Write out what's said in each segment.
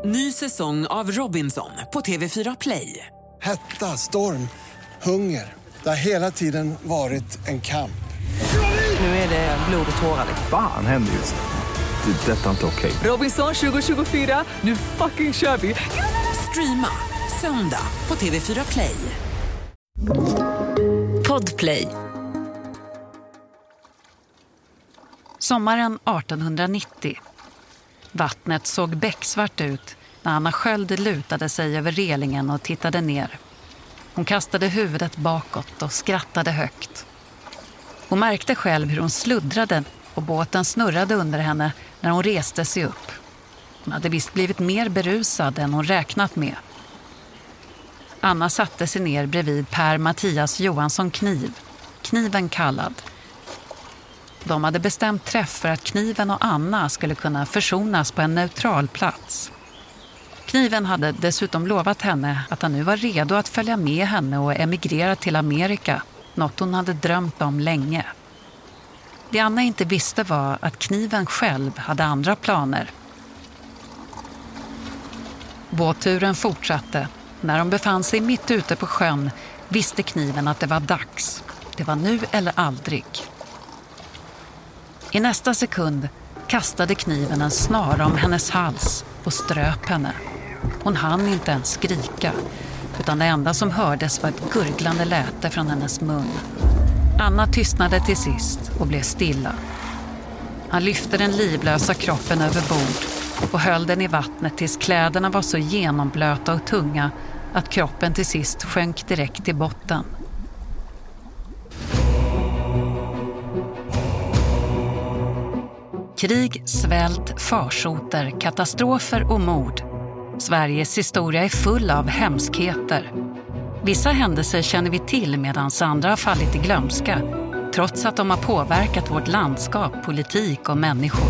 Ny säsong av Robinson på TV4 Play. Hetta, storm, hunger. Det har hela tiden varit en kamp. Nu är det blod och tårar. Fan händer just nu. Det. Detta är inte okej. Robinson 2024, nu fucking kör vi. Streama söndag på TV4 Play. Podplay. Sommaren 1890. Vattnet såg becksvart ut när Anna Sköld lutade sig över relingen och tittade ner. Hon kastade huvudet bakåt och skrattade högt. Hon märkte själv hur hon sluddrade och båten snurrade under henne när hon reste sig upp. Hon hade visst blivit mer berusad än hon räknat med. Anna satte sig ner bredvid Per Mattias Johansson Kniv, Kniven kallad. De hade bestämt träff för att Kniven och Anna skulle kunna försonas på en neutral plats. Kniven hade dessutom lovat henne att han nu var redo att följa med henne och emigrera till Amerika, något hon hade drömt om länge. Det Anna inte visste var att Kniven själv hade andra planer. Båtturen fortsatte. När de befann sig mitt ute på sjön visste Kniven att det var dags. Det var nu eller aldrig. I nästa sekund kastade Kniven en snara om hennes hals och ströp henne. Hon hann inte ens skrika, utan det enda som hördes var ett gurglande läte från hennes mun. Anna tystnade till sist och blev stilla. Han lyfte den livlösa kroppen över bord och höll den i vattnet tills kläderna var så genomblöta och tunga att kroppen till sist sjönk direkt till botten. Krig, svält, farsoter, katastrofer och mord. Sveriges historia är full av hemskheter. Vissa händelser känner vi till medan andra har fallit i glömska, trots att de har påverkat vårt landskap, politik och människor.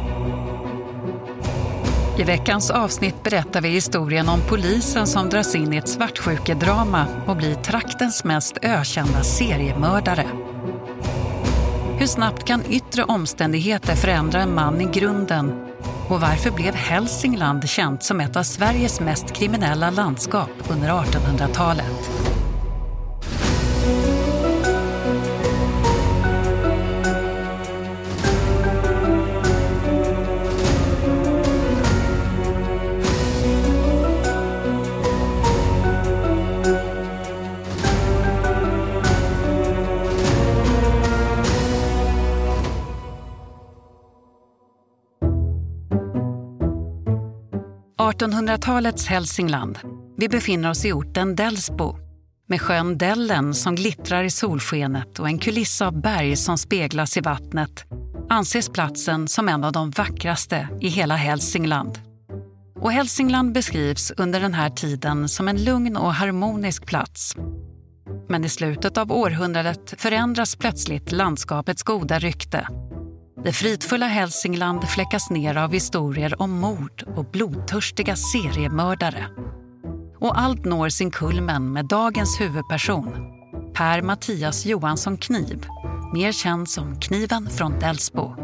I veckans avsnitt berättar vi historien om polisen som dras in i ett svartsjukedrama och blir traktens mest ökända seriemördare. Hur snabbt kan yttre omständigheter förändra en man i grunden? Och varför blev Hälsingland känt som ett av Sveriges mest kriminella landskap under 1800-talet? - 1800-talets Hälsingland. Vi befinner oss i orten Delsbo. Med sjön Dellen som glittrar i solskenet och en kuliss av berg som speglas i vattnet anses platsen som en av de vackraste i hela Hälsingland. Och Hälsingland beskrivs under den här tiden som en lugn och harmonisk plats. Men i slutet av århundradet förändras plötsligt landskapets goda rykte. Det fridfulla Hälsingland fläckas ner av historier om mord och blodtörstiga seriemördare. Och allt når sin kulmen med dagens huvudperson, Per Mattias Johansson Kniv, mer känd som Kniven från Delsbo.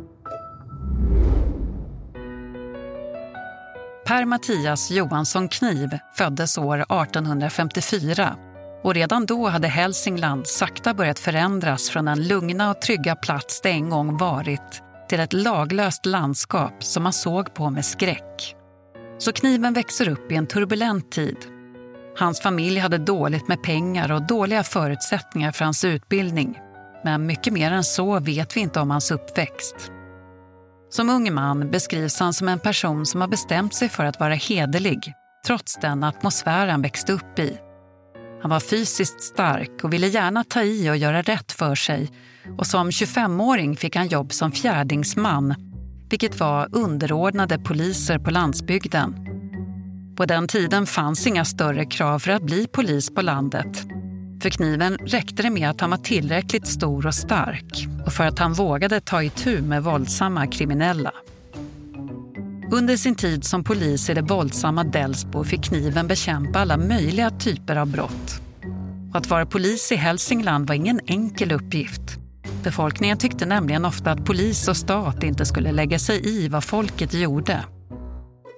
Per Mattias Johansson Kniv föddes år 1854. Och redan då hade Hälsingland sakta börjat förändras från den lugna och trygga plats det en gång varit till ett laglöst landskap som man såg på med skräck. Så Kniven växer upp i en turbulent tid. Hans familj hade dåligt med pengar och dåliga förutsättningar för hans utbildning. Men mycket mer än så vet vi inte om hans uppväxt. Som ung man beskrivs han som en person som har bestämt sig för att vara hederlig, trots den atmosfär han växte upp i. Han var fysiskt stark och ville gärna ta i och göra rätt för sig. Och som 25-åring fick han jobb som fjärdingsman, vilket var underordnade poliser på landsbygden. På den tiden fanns inga större krav för att bli polis på landet. För Kniven räckte det med att han var tillräckligt stor och stark och för att han vågade ta itu med våldsamma kriminella. Under sin tid som polis i det våldsamma Delsbo fick Kniven bekämpa alla möjliga typer av brott. Och att vara polis i Hälsingland var ingen enkel uppgift. Befolkningen tyckte nämligen ofta att polis och stat inte skulle lägga sig i vad folket gjorde.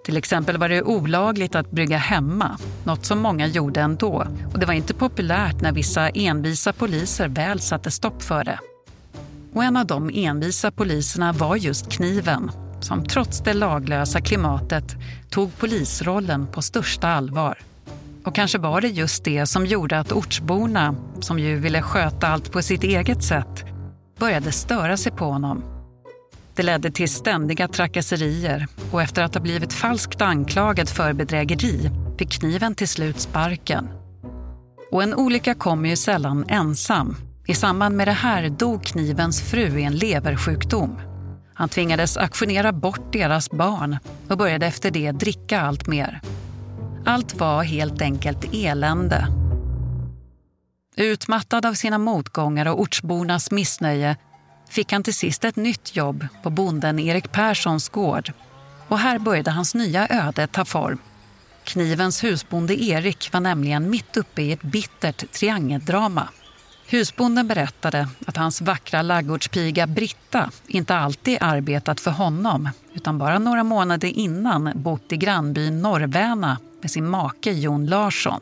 Till exempel var det olagligt att brygga hemma, något som många gjorde ändå. Och det var inte populärt när vissa envisa poliser väl satte stopp för det. Och en av de envisa poliserna var just Kniven, som trots det laglösa klimatet tog polisrollen på största allvar. Och kanske var det just det som gjorde att ortsborna, som ju ville sköta allt på sitt eget sätt, började störa sig på honom. Det ledde till ständiga trakasserier och efter att ha blivit falskt anklagad för bedrägeri fick Kniven till slut sparken. Och en olycka kommer ju sällan ensam. I samband med det här dog Knivens fru i en leversjukdom. Han tvingades auktionera bort deras barn och började efter det dricka allt mer. Allt var helt enkelt elände. Utmattad av sina motgångar och ortsbornas missnöje fick han till sist ett nytt jobb på bonden Erik Perssons gård. Och här började hans nya öde ta form. Knivens husbonde Erik var nämligen mitt uppe i ett bittert triangeldrama. Husbonden berättade att hans vackra laggårdspiga Britta inte alltid arbetat för honom utan bara några månader innan bott i grannbyn Norrväna med sin make Jon Larsson.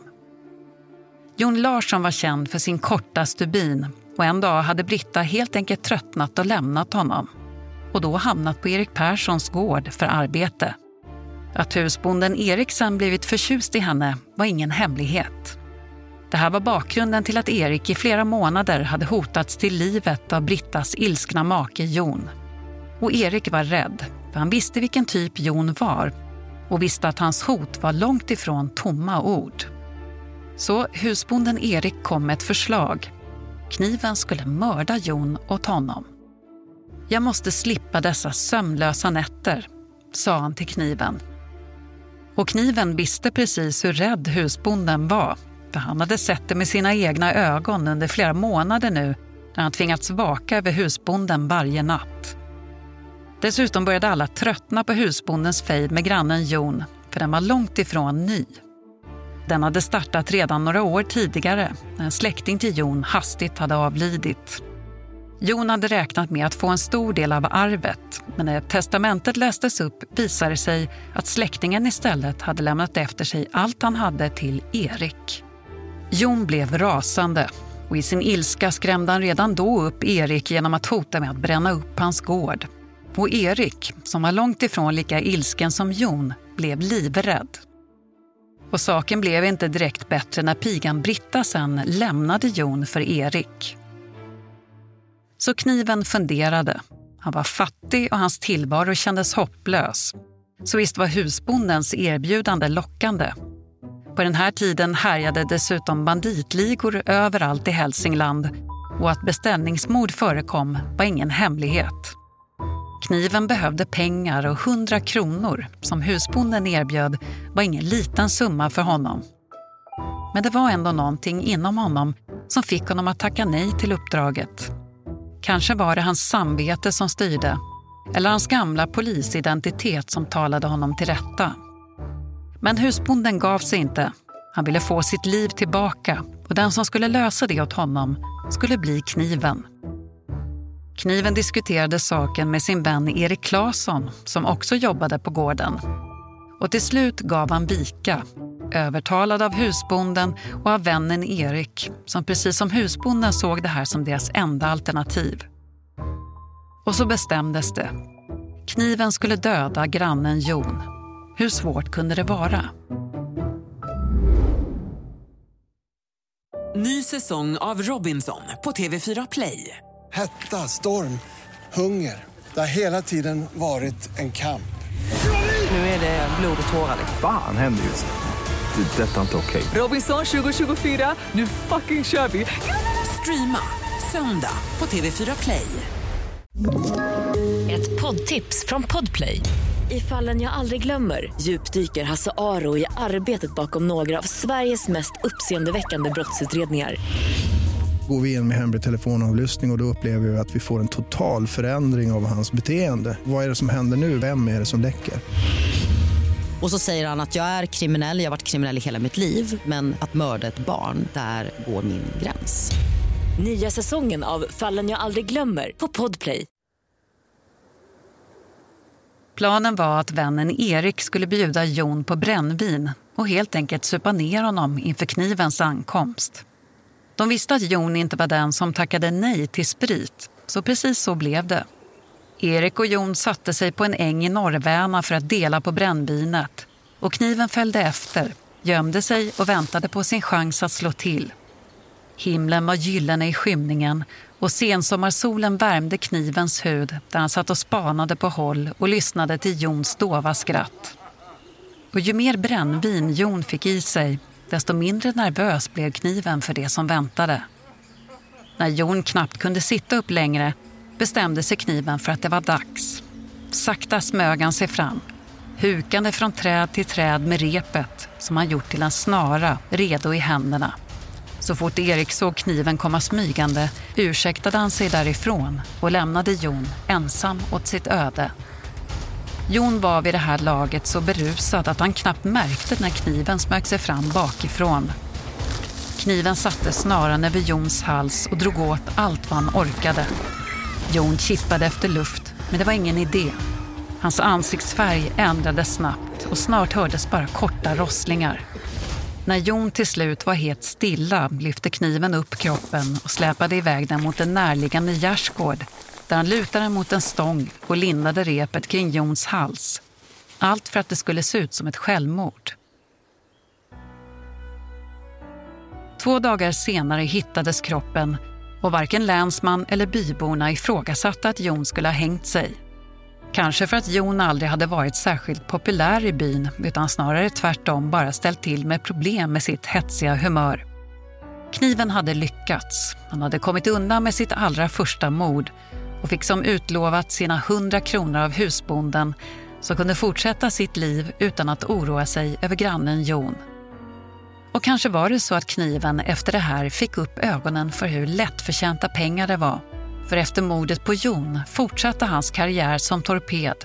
Jon Larsson var känd för sin korta stubin och en dag hade Britta helt enkelt tröttnat och lämnat honom och då hamnat på Erik Perssons gård för arbete. Att husbonden Erik sen blivit förtjust i henne var ingen hemlighet. Det här var bakgrunden till att Erik i flera månader hade hotats till livet av Brittas ilskna make Jon. Och Erik var rädd, för han visste vilken typ Jon var och visste att hans hot var långt ifrån tomma ord. Så husbonden Erik kom med ett förslag. Kniven skulle mörda Jon åt honom. Jag måste slippa dessa sömnlösa nätter, sa han till Kniven. Och Kniven visste precis hur rädd husbonden var. För han hade sett det med sina egna ögon under flera månader nu när han tvingats vaka över husbonden varje natt. Dessutom började alla tröttna på husbondens fejd med grannen Jon, för den var långt ifrån ny. Den hade startat redan några år tidigare när en släkting till Jon hastigt hade avlidit. Jon hade räknat med att få en stor del av arvet, men när testamentet lästes upp visade sig att släktingen istället hade lämnat efter sig allt han hade till Erik. Jon blev rasande och i sin ilska skrämde han redan då upp Erik genom att hota med att bränna upp hans gård. Och Erik, som var långt ifrån lika ilsken som Jon, blev livrädd. Och saken blev inte direkt bättre när pigan Britta sen lämnade Jon för Erik. Så Kniven funderade. Han var fattig och hans tillvaro kändes hopplös. Så visst var husbondens erbjudande lockande. På den här tiden härjade dessutom banditligor överallt i Hälsingland och att beställningsmord förekom var ingen hemlighet. Kniven behövde pengar och 100 kronor som husbonden erbjöd var ingen liten summa för honom. Men det var ändå någonting inom honom som fick honom att tacka nej till uppdraget. Kanske var det hans samvete som styrde eller hans gamla polisidentitet som talade honom till rätta. Men husbonden gav sig inte. Han ville få sitt liv tillbaka och den som skulle lösa det åt honom skulle bli Kniven. Kniven diskuterade saken med sin vän Erik Claesson som också jobbade på gården. Och till slut gav han vika, övertalad av husbonden och av vännen Erik som precis som husbonden såg det här som deras enda alternativ. Och så bestämdes det. Kniven skulle döda grannen Jon. Hur svårt kunde det vara? Ny säsong av Robinson på TV4 Play. Hetta, storm, hunger. Det har hela tiden varit en kamp. Nu är det blod och tårar. Fan händer just det. Det är detta inte okej. Robinson 2024, nu fucking kör vi. Streama söndag på TV4 Play. Ett poddtips från Podplay. I Fallen jag aldrig glömmer djupdyker Hasse Aro i arbetet bakom några av Sveriges mest uppseendeväckande brottsutredningar. Går vi in med hemlig telefonavlyssning och då upplever vi att vi får en total förändring av hans beteende. Vad är det som händer nu? Vem är det som läcker? Och så säger han att jag är kriminell, jag har varit kriminell i hela mitt liv. Men att mörda ett barn, där går min gräns. Nya säsongen av Fallen jag aldrig glömmer på Podplay. Planen var att vännen Erik skulle bjuda Jon på brännvin och helt enkelt supa ner honom inför knivens ankomst. De visste att Jon inte var den som tackade nej till sprit, så precis så blev det. Erik och Jon satte sig på en äng i Norrväna för att dela på brännvinet och kniven följde efter, gömde sig och väntade på sin chans att slå till. Himlen var gyllene i skymningen och sensommarsolen värmde knivens hud där han satt och spanade på håll och lyssnade till Jons dova skratt. Och ju mer brännvin Jon fick i sig, desto mindre nervös blev kniven för det som väntade. När Jon knappt kunde sitta upp längre bestämde sig kniven för att det var dags. Sakta smög han sig fram, hukande från träd till träd med repet som han gjort till en snara redo i händerna. Så fort Erik såg kniven komma smygande ursäktade han sig därifrån och lämnade Jon ensam åt sitt öde. Jon var vid det här laget så berusad att han knappt märkte när kniven smög sig fram bakifrån. Kniven satte snaran över Jons hals och drog åt allt vad han orkade. Jon kippade efter luft, men det var ingen idé. Hans ansiktsfärg ändrades snabbt och snart hördes bara korta rosslingar. När Jon till slut var helt stilla lyfte kniven upp kroppen och släpade iväg den mot en närliggande gärdsgård där han lutade mot en stång och lindade repet kring Jons hals. Allt för att det skulle se ut som ett självmord. 2 dagar senare hittades kroppen och varken länsman eller byborna ifrågasatte att Jon skulle ha hängt sig. Kanske för att Jon aldrig hade varit särskilt populär i byn utan snarare tvärtom bara ställt till med problem med sitt hetsiga humör. Kniven hade lyckats. Han hade kommit undan med sitt allra första mord och fick som utlovat sina 100 kronor av husbonden som kunde fortsätta sitt liv utan att oroa sig över grannen Jon. Och kanske var det så att kniven efter det här fick upp ögonen för hur lättförtjänta pengar det var. För efter mordet på Jon fortsatte hans karriär som torped.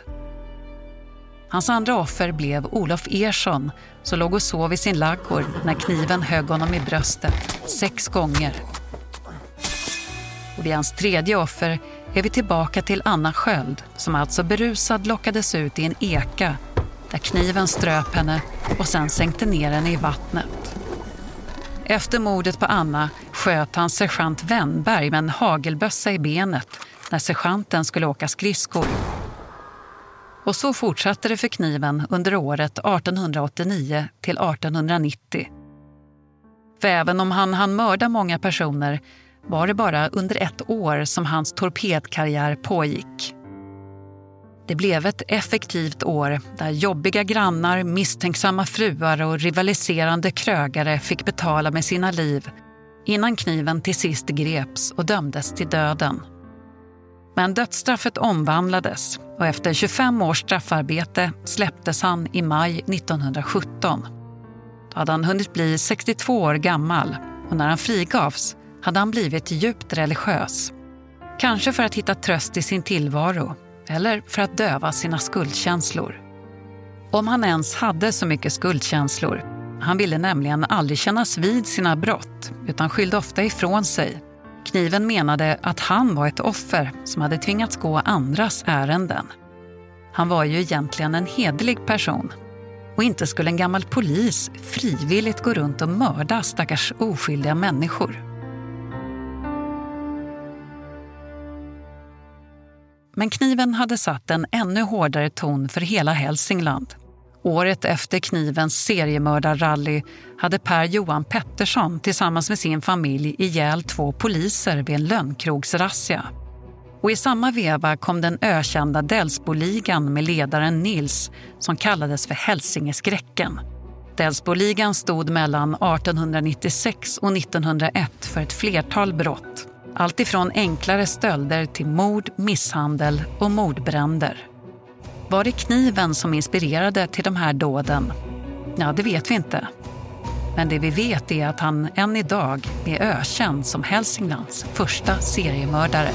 Hans andra offer blev Olof Ersson som låg och sov i sin laggård när kniven högg honom i bröstet 6 gånger. Och vid hans tredje offer är vi tillbaka till Anna Sköld som alltså berusad lockades ut i en eka där kniven ströp henne och sen sänkte ner henne i vattnet. Efter mordet på Anna sköt han sergeant Wennberg med en hagelbössa i benet när sergeanten skulle åka skridskor. Och så fortsatte det för kniven under året 1889 till 1890. För även om han mörda många personer var det bara under 1 år som hans torpedkarriär pågick. Det blev ett effektivt år där jobbiga grannar, misstänksamma fruar och rivaliserande krögare fick betala med sina liv innan kniven till sist greps och dömdes till döden. Men dödsstraffet omvandlades och efter 25 års straffarbete släpptes han i maj 1917. Då hade han hunnit bli 62 år gammal och när han frigavs hade han blivit djupt religiös. Kanske för att hitta tröst i sin tillvaro eller för att döva sina skuldkänslor. Om han ens hade så mycket skuldkänslor. Han ville nämligen aldrig kännas vid sina brott utan skyllde ofta ifrån sig. Kniven menade att han var ett offer som hade tvingats gå andras ärenden. Han var ju egentligen en hederlig person. Och inte skulle en gammal polis frivilligt gå runt och mörda stackars oskyldiga människor. Men kniven hade satt en ännu hårdare ton för hela Hälsingland. Året efter knivens seriemördarrally hade Per Johan Pettersson tillsammans med sin familj ihjäl 2 poliser vid en lönnkrogsrazzia. Och i samma veva kom den ökända Delsbo-ligan med ledaren Nils som kallades för Hälsingeskräcken. Delsbo-ligan stod mellan 1896 och 1901 för ett flertal brott. Allt ifrån enklare stölder till mord, misshandel och mordbränder. Var det kniven som inspirerade till de här dåden? Ja, det vet vi inte. Men det vi vet är att han än idag är ökänd som Hälsinglands första seriemördare.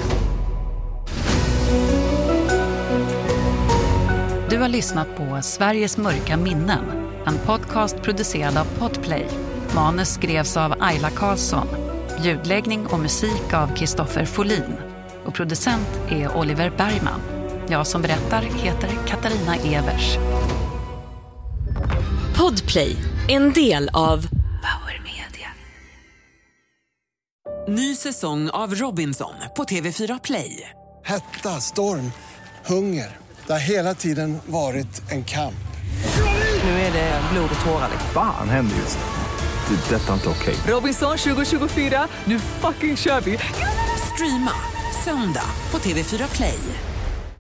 Du har lyssnat på Sveriges mörka minnen, en podcast producerad av Podplay. Manus skrevs av Ayla Karlsson. Ljudläggning och musik av Kristoffer Folin. Och producent är Oliver Bergman. Jag som berättar heter Katarina Evers. Podplay, en del av Power Media. Ny säsong av Robinson på TV4 Play. Hetta, storm, hunger. Det har hela tiden varit en kamp. Nu är det blod och tårar. Fan händer just det. Det är detta inte okej. Robinson 2024, nu fucking kör vi. Streama söndag på TV4 Play.